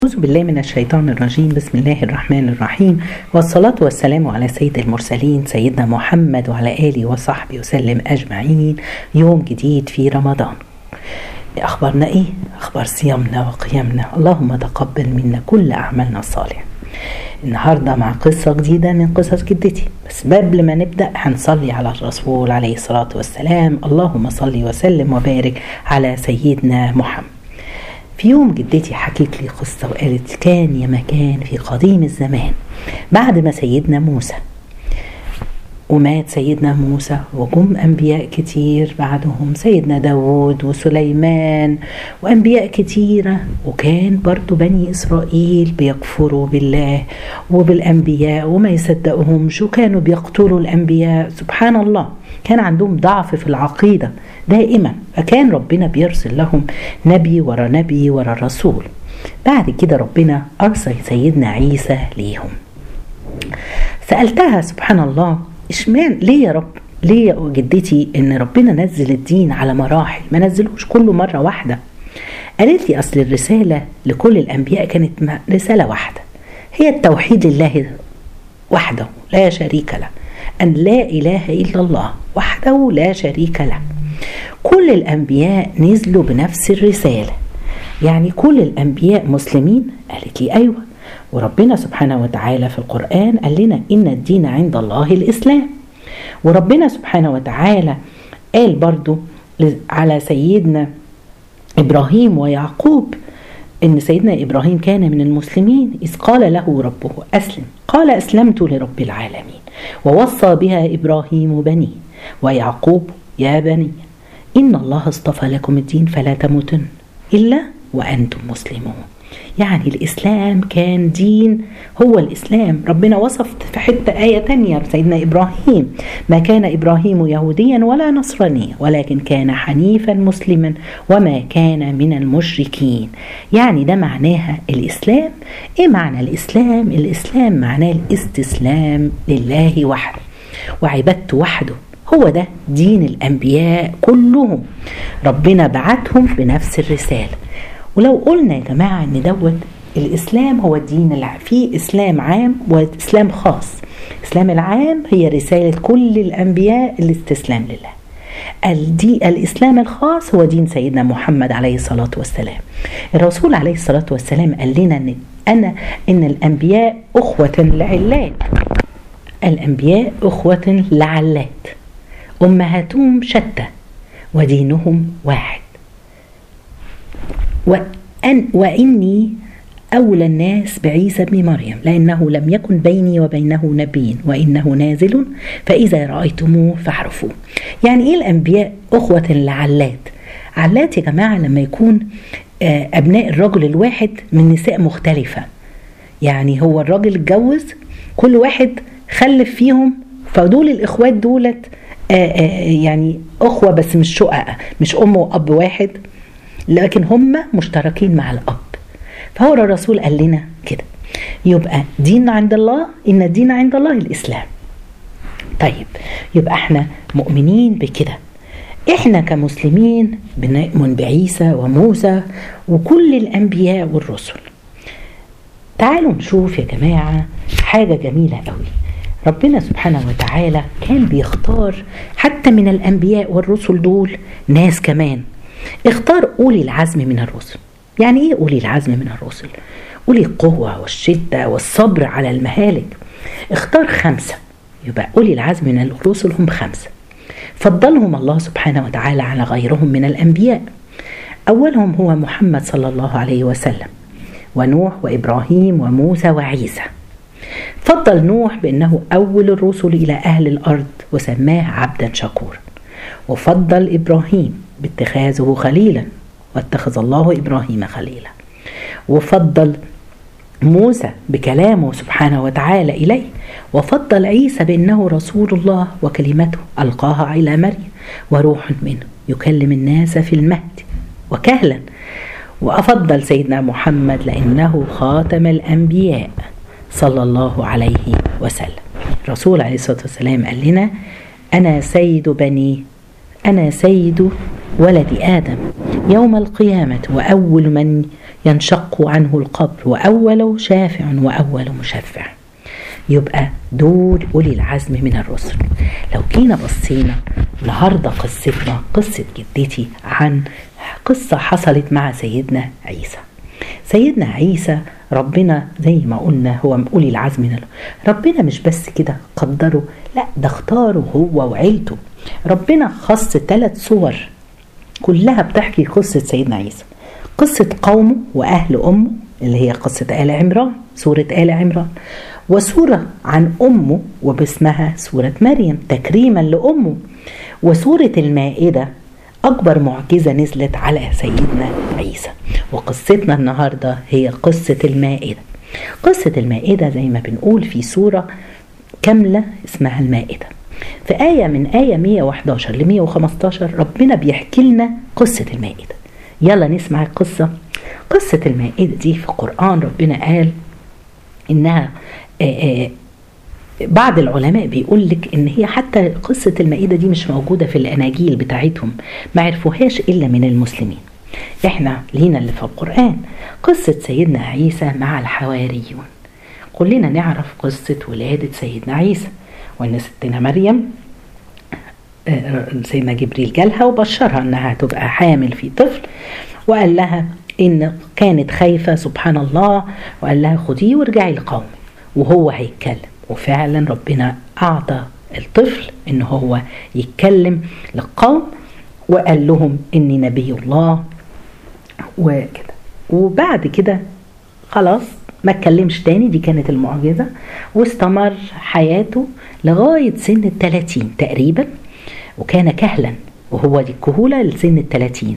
أعوذ بالله من الشيطان الرجيم. بسم الله الرحمن الرحيم، والصلاة والسلام على سيد المرسلين سيدنا محمد وعلى آله وصحبه وسلم أجمعين. يوم جديد في رمضان. أخبارنا إيه؟ أخبار صيامنا وقيامنا. اللهم تقبل منا كل أعمالنا الصالحة. النهاردة مع قصة جديدة من قصص جدتي، بس قبل ما نبدأ هنصلي على الرسول عليه الصلاة والسلام. اللهم صل وسلم وبارك على سيدنا محمد. في يوم جدتي حكيت لي قصة وقالت كان يا مكان في قديم الزمان بعد ما سيدنا موسى ومات سيدنا موسى وجم أنبياء كتير بعدهم، سيدنا داود وسليمان وأنبياء كتيرة، وكان برضو بني إسرائيل بيكفروا بالله وبالأنبياء وما يصدقهمش، وكانوا بيقتلوا الأنبياء. سبحان الله، كان عندهم ضعف في العقيدة دائما، فكان ربنا بيرسل لهم نبي ورا نبي ورا رسول. بعد كده ربنا أرسل سيدنا عيسى ليهم. سألتها سبحان الله، اشمعنى ليه يا رب، ليه يا جدتي ان ربنا نزل الدين على مراحل، ما نزلوش كله مرة واحدة؟ قالت لي اصل الرسالة لكل الانبياء كانت رسالة واحدة، هي التوحيد لله وحده لا شريك له، ان لا اله الا الله وحده لا شريك له. كل الانبياء نزلوا بنفس الرسالة، يعني كل الانبياء مسلمين؟ قالت لي ايوه، وربنا سبحانه وتعالى في القرآن قال لنا إن الدين عند الله الإسلام. وربنا سبحانه وتعالى قال برضو على سيدنا إبراهيم ويعقوب إن سيدنا إبراهيم كان من المسلمين إذ قال له ربه أسلم، قال أسلمت لرب العالمين. ووصى بها إبراهيم بنيه ويعقوب يا بني إن الله اصطفى لكم الدين فلا تموتن إلا وأنتم مسلمون. يعني الإسلام كان دين، هو الإسلام. ربنا وصف في حتة آية تانية سيدنا إبراهيم: ما كان إبراهيم يهوديا ولا نصرانيا ولكن كان حنيفا مسلما وما كان من المشركين. يعني ده معناها الإسلام. إيه معنى الإسلام؟ الإسلام معناه الاستسلام لله وحده وعبادته وحده. هو ده دين الأنبياء كلهم، ربنا بعتهم بنفس الرسالة. ولو قلنا يا جماعة ان دوت الاسلام هو الدين اللي فيه اسلام عام واسلام خاص. الاسلام العام هي رسالة كل الانبياء الاستسلام لله. الاسلام الخاص هو دين سيدنا محمد عليه الصلاة والسلام. الرسول عليه الصلاة والسلام قال لنا ان الانبياء اخوة لعلات، الانبياء اخوة لعلات، امهاتهم شتى ودينهم واحد. وإني أولى الناس بعيسى ابن مريم لأنه لم يكن بيني وبينه نبي وإنه نازل فإذا رأيتموه فاعرفوه. يعني إيه الأنبياء أخوة لعلات؟ علات يا جماعة لما يكون أبناء الرجل الواحد من نساء مختلفة، يعني هو الراجل اتجوز كل واحد خلف فيهم، فدول الإخوات دولت يعني أخوة بس مش شقق، مش أم وأب واحد، لكن هم مشتركين مع الأب. فهو الرسول قال لنا كده. يبقى دين عند الله، إن الدين عند الله الإسلام. طيب يبقى احنا مؤمنين بكده، احنا كمسلمين بنؤمن بعيسى وموسى وكل الأنبياء والرسل. تعالوا نشوف يا جماعة حاجة جميلة قوي. ربنا سبحانه وتعالى كان بيختار حتى من الأنبياء والرسل دول ناس كمان، اختار أولي العزم من الرسل. يعني ايه أولي العزم من الرسل؟ أولي القوة والشدة والصبر على المهالك. اختار 5، يبقى أولي العزم من الرسل هم 5، فضلهم الله سبحانه وتعالى على غيرهم من الأنبياء. أولهم هو محمد صلى الله عليه وسلم، ونوح وإبراهيم وموسى وعيسى. فضل نوح بأنه أول الرسل إلى أهل الأرض وسماه عبدا شكورا. وفضل إبراهيم باتخاذه خليلا واتخذ الله إبراهيم خليلا. وفضل موسى بكلامه سبحانه وتعالى إليه. وفضل عيسى بأنه رسول الله وكلمته ألقاها إلى مريم وروح منه يكلم الناس في المهد وكهلا. وأفضل سيدنا محمد لأنه خاتم الأنبياء صلى الله عليه وسلم. الرسول عليه الصلاة والسلام قال لنا أنا سيد ولد آدم يوم القيامة وأول من ينشق عنه القبر وأول شافع وأول مشفع. يبقى دول أولي العزم من الرسل. لو جينا بصينا النهاردة قصتنا قصة جدتي عن قصة حصلت مع سيدنا عيسى. سيدنا عيسى ربنا زي ما قلنا هو أولي العزم منه. ربنا مش بس كده قدره، لا ده اختاره هو وعيلته. ربنا خص 3 صور كلها بتحكي قصة سيدنا عيسى. قصة قومه وأهل أمه اللي هي قصة آل عمران، سورة آل عمران، وسورة عن أمه وباسمها سورة مريم تكريما لأمه، وسورة المائدة أكبر معجزة نزلت على سيدنا عيسى. وقصتنا النهاردة هي قصة المائدة. قصة المائدة زي ما بنقول في سورة كاملة اسمها المائدة، في آية من آية 111 ل 115 ربنا بيحكي لنا قصة المائدة. يلا نسمع القصة. قصة المائدة دي في القرآن ربنا قال إنها بعض العلماء بيقول لك إن هي حتى قصة المائدة دي مش موجودة في الأناجيل بتاعتهم، ما عرفوهاش إلا من المسلمين. إحنا لينا اللي في القرآن قصة سيدنا عيسى مع الحواريون. كلنا نعرف قصة ولادة سيدنا عيسى، وإن ستنا مريم سيدنا جبريل جالها وبشرها إنها تبقى حامل في طفل، وقال لها إن كانت خايفة سبحان الله، وقال لها خديه وارجعي لقومك وهو هيتكلم. وفعلا ربنا أعطى الطفل إن هو يتكلم للقوم، وقال لهم إني نبي الله وكده. وبعد كده خلاص ما اتكلمش تاني، دي كانت المعجزة. واستمر حياته لغاية سن 30 تقريبا، وكان كهلا، وهو دي الكهولة لسن 30.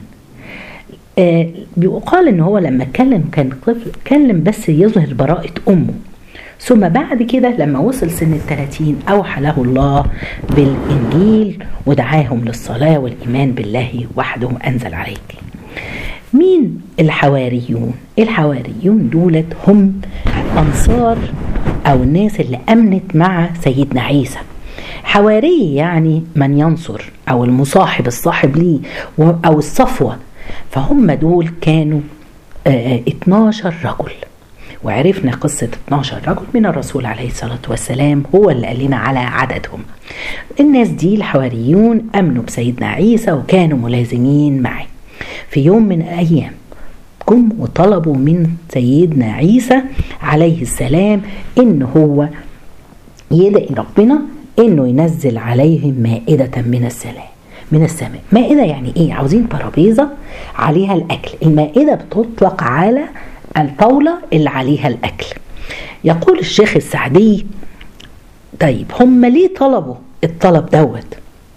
بيقال ان هو لما اتكلم كان طفل، اتكلم بس يظهر براءة امه. ثم بعد كده لما وصل سن 30 اوحى له الله بالانجيل ودعاهم للصلاة والايمان بالله وحده انزل عليك. مين الحواريون؟ الحواريون دولت هم انصار او الناس اللي امنت مع سيدنا عيسى. حواري يعني من ينصر او المصاحب، الصاحب ليه او الصفوة. فهم دول كانوا 12 رجل، وعرفنا قصة 12 رجل من الرسول عليه الصلاة والسلام، هو اللي قال لنا على عددهم. الناس دي الحواريون أمنوا بسيدنا عيسى وكانوا ملازمين معه. في يوم من الأيام جم وطلبوا من سيدنا عيسى عليه السلام إن هو يدعي ربنا إنه ينزل عليهم مائدة من السماء. مائدة يعني ايه؟ عاوزين ترابيزة عليها الاكل. المائدة بتطلق على الطاولة اللي عليها الاكل. يقول الشيخ السعدي طيب هم ليه طلبوا الطلب دوت؟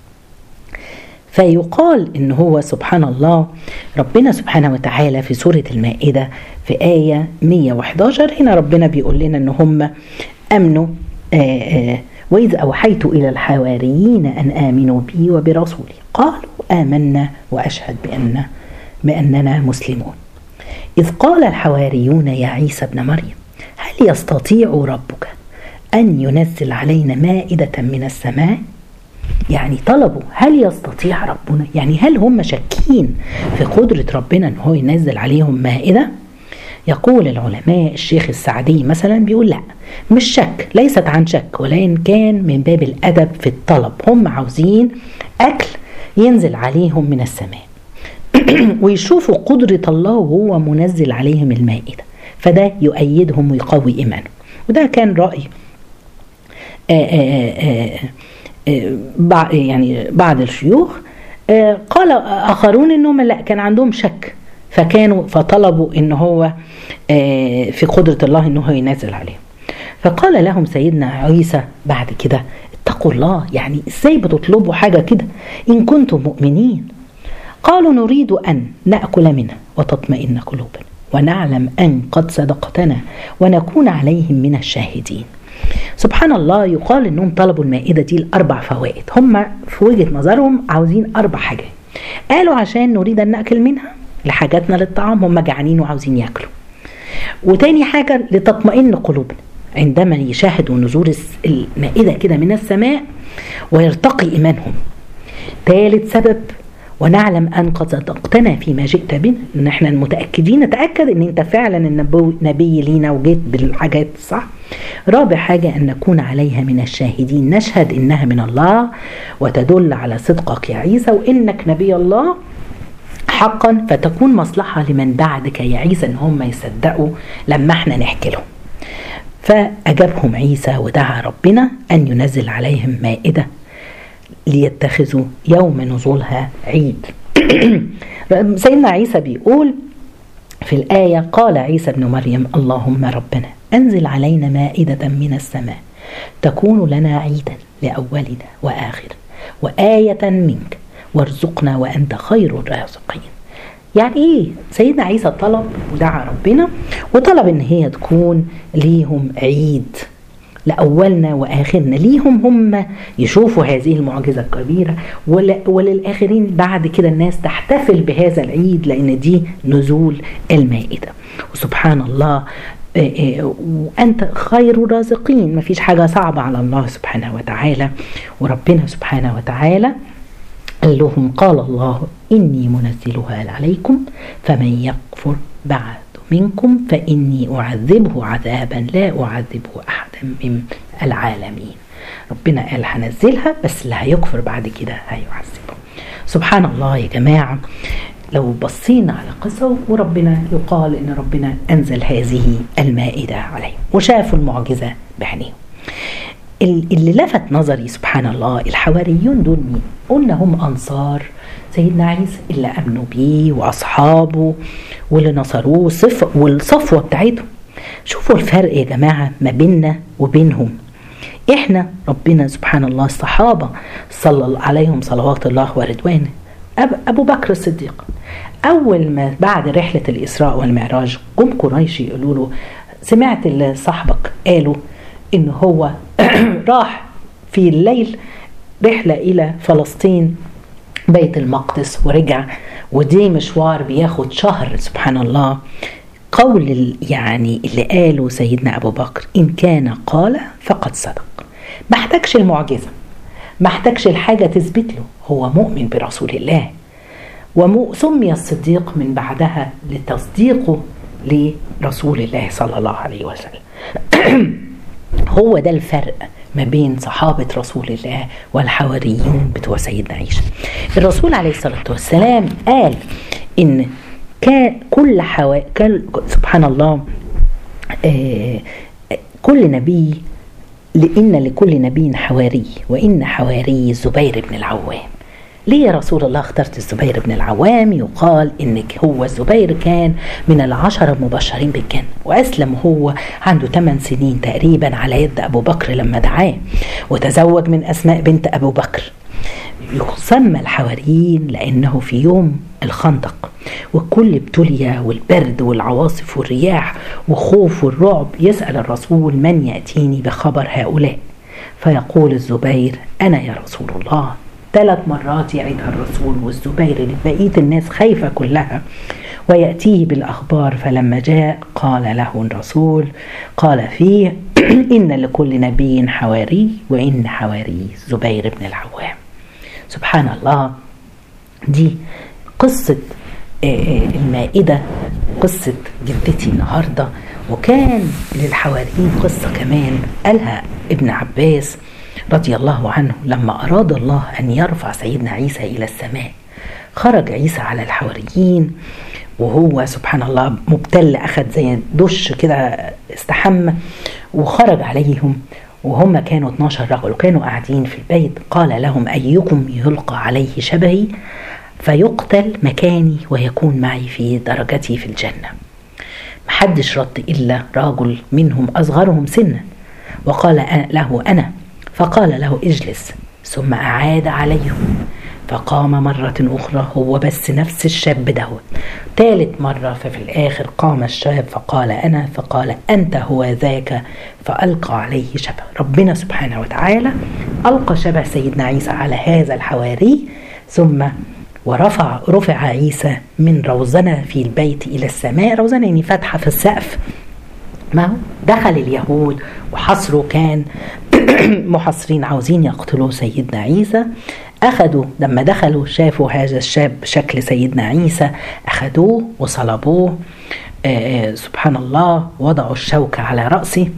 فيقال ان هو سبحان الله ربنا سبحانه وتعالى في سورة المائدة في آية 111 هنا ربنا بيقول لنا ان هم امنوا وإذ أوحيت إلى الحواريين أن آمنوا بي وبرسولي قالوا آمنا وأشهد بأننا مسلمون. إذ قال الحواريون يا عيسى ابن مريم هل يستطيع ربك أن ينزل علينا مائدة من السماء؟ يعني طلبوا هل يستطيع ربنا، يعني هل هم شاكين في قدرة ربنا أن هو ينزل عليهم مائدة؟ يقول العلماء الشيخ السعدي مثلا بيقول لا، مش شك، ليست عن شك، ولكن كان من باب الأدب في الطلب. هم عاوزين أكل ينزل عليهم من السماء ويشوفوا قدرة الله وهو منزل عليهم المائدة، فده يؤيدهم ويقوي إيمانهم. وده كان رأي يعني بعض الشيوخ. قال آخرون إنهم لا، كان عندهم شك فطلبوا إن هو في قدرة الله إنه هو ينزل عليهم. فقال لهم سيدنا عيسى بعد كده اتقوا الله، يعني ازاي بتطلبوا حاجة كده إن كنتم مؤمنين؟ قالوا نريد أن نأكل منها وتطمئن قلوبنا ونعلم أن قد صدقتنا ونكون عليهم من الشاهدين. سبحان الله. يقال إنهم طلبوا المائدة دي ل4 فوائد. هم في وجهة نظرهم عاوزين 4 حاجات. قالوا عشان نريد أن نأكل منها لحاجاتنا للطعام، هم جعانين وعاوزين يأكلوا. وتاني حاجة لتطمئن قلوبنا عندما يشاهدوا نزول المائدة كده من السماء ويرتقي إيمانهم. ثالث سبب ونعلم أن قد صدقتنا فيما جئت بنا، إن احنا المتأكدين نتأكد إن أنت فعلا نبي لينا وجيت بالحاجات صح. رابع حاجة أن نكون عليها من الشاهدين، نشهد إنها من الله وتدل على صدقك يا عيسى وإنك نبي الله حقا، فتكون مصلحة لمن بعدك يا عيسى إن هم يصدقوا لما احنا نحكي لهم. فأجابهم عيسى ودعا ربنا أن ينزل عليهم مائدة ليتخذوا يوم نزولها عيد. سيدنا عيسى بيقول في الآية: قال عيسى ابن مريم اللهم ربنا أنزل علينا مائدة من السماء تكون لنا عيدا لأولنا وآخر وآية منك وارزقنا وأنت خير الرازقين. يعني ايه؟ سيدنا عيسى طلب ودعا ربنا وطلب ان هي تكون ليهم عيد لأولنا وآخرنا، ليهم هم يشوفوا هذه المعجزة الكبيرة، وللآخرين بعد كده الناس تحتفل بهذا العيد لأن دي نزول المائدة. وسبحان الله وأنت خير الرازقين، ما فيش حاجة صعبة على الله سبحانه وتعالى. وربنا سبحانه وتعالى قال لهم: قال الله إني منزلها عليكم فمن يكفر بعد منكم فإني أعذبه عذابا لا أعذبه أحدا من العالمين. ربنا قال هنزلها، بس اللي هيكفر بعد كده هيعذبه. سبحان الله يا جماعة، لو بصينا على قصة وربنا يقال إن ربنا أنزل هذه المائدة عليهم وشافوا المعجزة بعينيهم. اللي لفت نظري سبحان الله الحواريون دول مين؟ قلنا هم أنصار سيدنا عيسى اللي أمنوا بيه وأصحابه واللي نصروه والصفوة بتاعتهم. شوفوا الفرق يا جماعة ما بيننا وبينهم. إحنا ربنا سبحان الله الصحابة صلى عليهم صلوات الله ورضوانه. أبو بكر الصديق أول ما بعد رحلة الإسراء والمعراج قم قريش يقولوا له: سمعت اللي صاحبك قالوا إن هو راح في الليل رحلة إلى فلسطين بيت المقدس ورجع، ودي مشوار بياخد شهر. سبحان الله. قول يعني اللي قاله سيدنا أبو بكر: إن كان قال فقد صدق. ما احتاجش المعجزة، ما احتاجش الحاجة تثبت له، هو مؤمن برسول الله. وسمي الصديق من بعدها لتصديقه لرسول الله صلى الله عليه وسلم. هو ده الفرق ما بين صحابة رسول الله والحواريين بتوع سيدنا عيسى. الرسول عليه الصلاة والسلام قال إن سبحان الله كل نبي إن لكل نبي حواري، وإن حواري الزبير بن العوام. ليه يا رسول الله اخترت الزبير بن العوام؟ يقال إنك هو الزبير كان من 10 المبشرين بالجنة، وأسلم هو عنده 8 سنين تقريبا على يد أبو بكر لما دعاه، وتزوج من أسماء بنت أبو بكر. يسمى الحواريين لأنه في يوم الخندق والكل ابتلي والبرد والعواصف والرياح وخوف والرعب، يسأل الرسول: من يأتيني بخبر هؤلاء؟ فيقول الزبير: أنا يا رسول الله. 3 مرات يعيدها الرسول والزبير، بقية الناس خايفة كلها، ويأتيه بالأخبار. فلما جاء قال له الرسول، قال فيه: إن لكل نبي حواري، وإن حواري الزبير بن العوام. سبحان الله. دي قصة المائدة، قصة جدتي النهاردة. وكان للحواريين قصة كمان قالها ابن عباس رضي الله عنه. لما أراد الله أن يرفع سيدنا عيسى إلى السماء، خرج عيسى على الحواريين وهو سبحان الله مبتل، أخذ زي دش كده استحمى وخرج عليهم، وهم كانوا 12 رجل وكانوا قاعدين في البيت. قال لهم: أيكم يلقى عليه شبهي فيقتل مكاني ويكون معي في درجتي في الجنة؟ محدش رد إلا رجل منهم أصغرهم سنا، وقال له: أنا. فقال له: اجلس. ثم أعاد عليهم، فقام مرة أخرى هو بس نفس الشاب دوت. 3 مرة، ففي الآخر قام الشاب فقال: أنا. فقال: أنت هو ذاك. فألقى عليه شبه. ربنا سبحانه وتعالى ألقى شبه سيدنا عيسى على هذا الحواري، ثم رفع عيسى من روزنة في البيت إلى السماء. روزنة يعني فتحة في السقف. ما هو دخل اليهود وحصروا، كان محاصرين عاوزين يقتلوا سيدنا عيسى. أخذوا لما دخلوا شافوا هذا الشاب شكل سيدنا عيسى، أخذوه وصلبوه، سبحان الله، وضعوا الشوكة على رأسه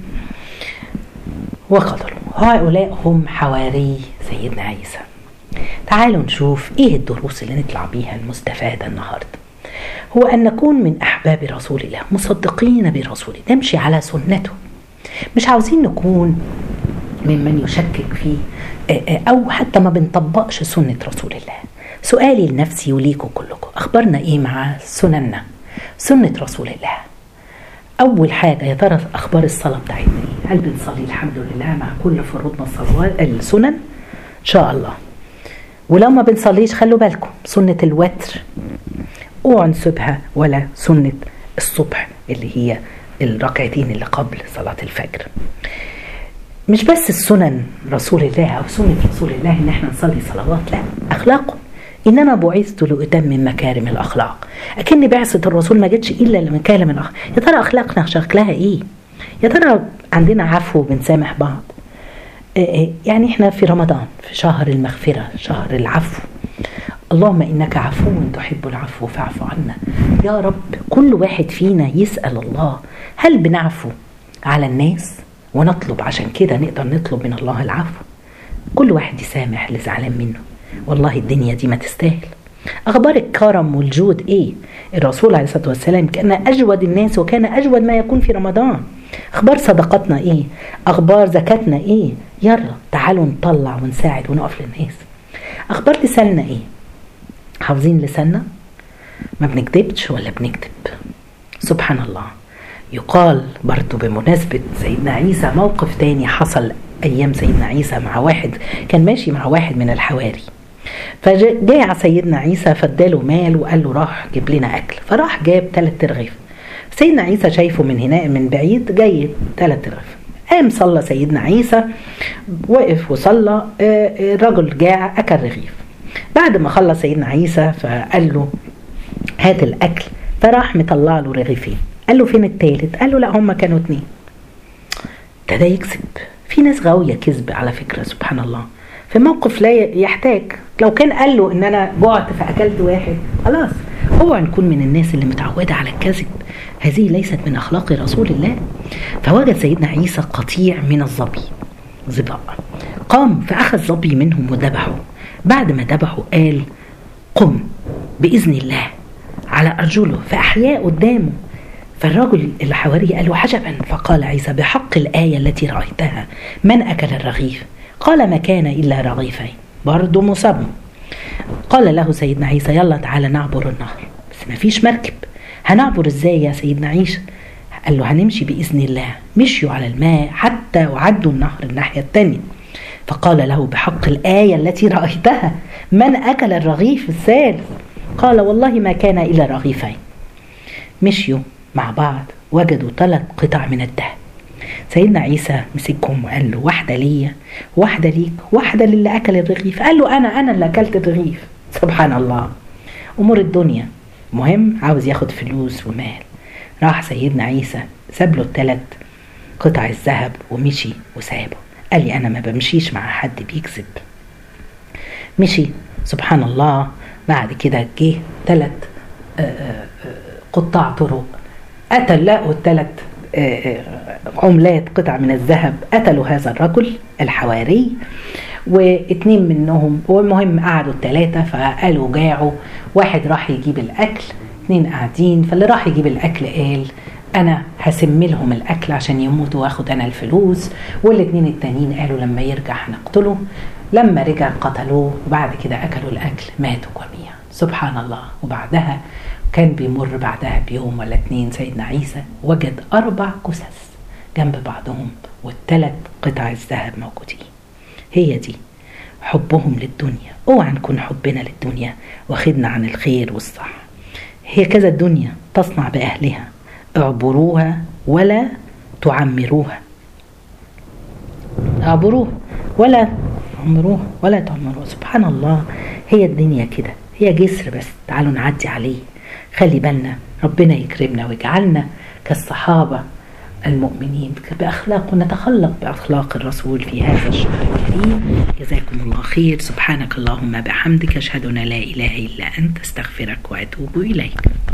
وقتلوا. هؤلاء هم حواري سيدنا عيسى. تعالوا نشوف ايه الدروس اللي نطلع بيها المستفادة النهاردة. هو أن نكون من أحباب رسول الله، مصدقين برسوله، نمشي على سنته، مش عاوزين نكون ممن يشكك فيه أو حتى ما بنطبقش سنة رسول الله. سؤالي لنفسي وليكم كلكم، أخبرنا إيه مع سنننا، سنة رسول الله؟ أول حاجة يا ترى أخبار الصلاة بتاعتنا إيه؟ هل بنصلي الحمد لله مع كل فروضنا الصلوات السنن؟ إن شاء الله. ولو ما بنصليش خلوا بالكم سنة الوتر اوعوا نسيبها، ولا سنة الصبح اللي هي الركعتين اللي قبل صلاة الفجر. مش بس السنن رسول الله أو سنة رسول الله إن احنا نصلي صلوات، لا، أخلاقه. إنما بعثت لأتمم مكارم الأخلاق. أكن بعثة الرسول ما جتش إلا لمكارم الأخلاق. يا ترى أخلاقنا شكلها إيه؟ يا ترى عندنا عفو بنسامح بعض؟ يعني احنا في رمضان، في شهر المغفرة، شهر العفو. اللهم إنك عفو تحب العفو فاعف عنا. يا رب كل واحد فينا يسأل الله هل بنعفو على الناس؟ ونطلب عشان كده نقدر نطلب من الله العفو. كل واحد يسامح اللي زعلان منه. والله الدنيا دي ما تستاهل. أخبار الكرم والجود إيه؟ الرسول عليه الصلاة والسلام كان أجود الناس وكان أجود ما يكون في رمضان. أخبار صدقاتنا إيه؟ أخبار زكاتنا إيه؟ يلا تعالوا نطلع ونساعد ونقف للناس. أخبار لساننا إيه؟ حافظين لساننا؟ ما بنكذبش ولا بنكذب؟ سبحان الله. يقال برضو بمناسبة سيدنا عيسى موقف تاني حصل أيام سيدنا عيسى مع واحد كان ماشي مع واحد من الحواري، فجاء سيدنا عيسى فاداله مال وقال له راح جيب لنا أكل، فراح جاب 3 رغيف. سيدنا عيسى شايفه من هنا من بعيد جاي 3 رغيف. قام صلى سيدنا عيسى، وقف وصلى، الرجل جاع أكل رغيف. بعد ما خلص سيدنا عيسى فقال له هات الأكل، فراح مطلع له رغيفين. قال له فين التالت؟ قال له لا هم كانوا 2. ابتدى يكذب. في ناس غاوية كذب على فكرة، سبحان الله. في موقف لا يحتاج، لو كان قال له ان انا جعت فاكلت 1 خلاص. اوعى نكون من الناس اللي متعودة على الكذب، هذه ليست من اخلاق رسول الله. فوجد سيدنا عيسى قطيع من الظبي، ظباء، قام فاخذ ظبي منهم وذبحه. بعد ما ذبحه قال قم بإذن الله على أرجله، فأحياء قدامه. فالرجل الحواري قال له عجبا. فقال عيسى بحق الآية التي رأيتها من أكل الرغيف؟ قال ما كان إلا رغيفين، برضو مصاب. قال له سيدنا عيسى يلا تعالى نعبر النهر، بس ما فيش مركب، هنعبر ازاي يا سيدنا عيسى؟ قال له هنمشي بإذن الله. مشيوا على الماء حتى وعدوا النهر الناحية التانية. فقال له بحق الآية التي رأيتها من أكل الرغيف الثالث؟ قال والله ما كان إلا رغيفين. مشيوا مع بعض وجدوا 3 قطع من الذهب. سيدنا عيسى مسكهم وقال له واحدة ليا، واحدة ليك، واحدة للي أكل الرغيف. قال له أنا اللي أكلت الرغيف. سبحان الله. أمور الدنيا مهم، عاوز ياخد فلوس ومال. راح سيدنا عيسى ساب له 3 قطع الذهب ومشي وسابه. قال لي أنا ما بمشيش مع حد بيكذب. مشي سبحان الله. بعد كده جه 3 قطاع طرق، قتل لقوا 3 عملات قطع من الذهب، قتلوا هذا الرجل الحواري، و2 منهم، والمهم قعدوا 3 فقالوا جاعوا. واحد راح يجيب الأكل، 2 قاعدين، فاللي راح يجيب الأكل قال أنا هسم لهم الأكل عشان يموتوا واخد أنا الفلوس، وال2 التانيين قالوا لما يرجع هنقتله. لما رجع قتلوه، وبعد كده أكلوا الأكل ماتوا جميعا. سبحان الله. وبعدها كان بيمر بعدها بيوم ولا 2 سيدنا عيسى وجد 4 جثث جنب بعضهم وال3 قطع الذهب موجودين. هي دي حبهم للدنيا. اوعى نكون حبنا للدنيا واخدنا عن الخير والصح. هي كذا الدنيا تصنع بأهلها، اعبروها ولا تعمروها. اعبروها ولا تعمروها ولا تعمروها. سبحان الله. هي الدنيا كده، هي جسر بس تعالوا نعدي عليه. خلي بالنا ربنا يكرمنا ويجعلنا كالصحابة المؤمنين بأخلاق، ونتخلق بأخلاق الرسول في هذا الشهر الكريم. جزاكم الله خير. سبحانك اللهم بحمدك، أشهد أن لا إله إلا أنت، أستغفرك وأتوب إليك.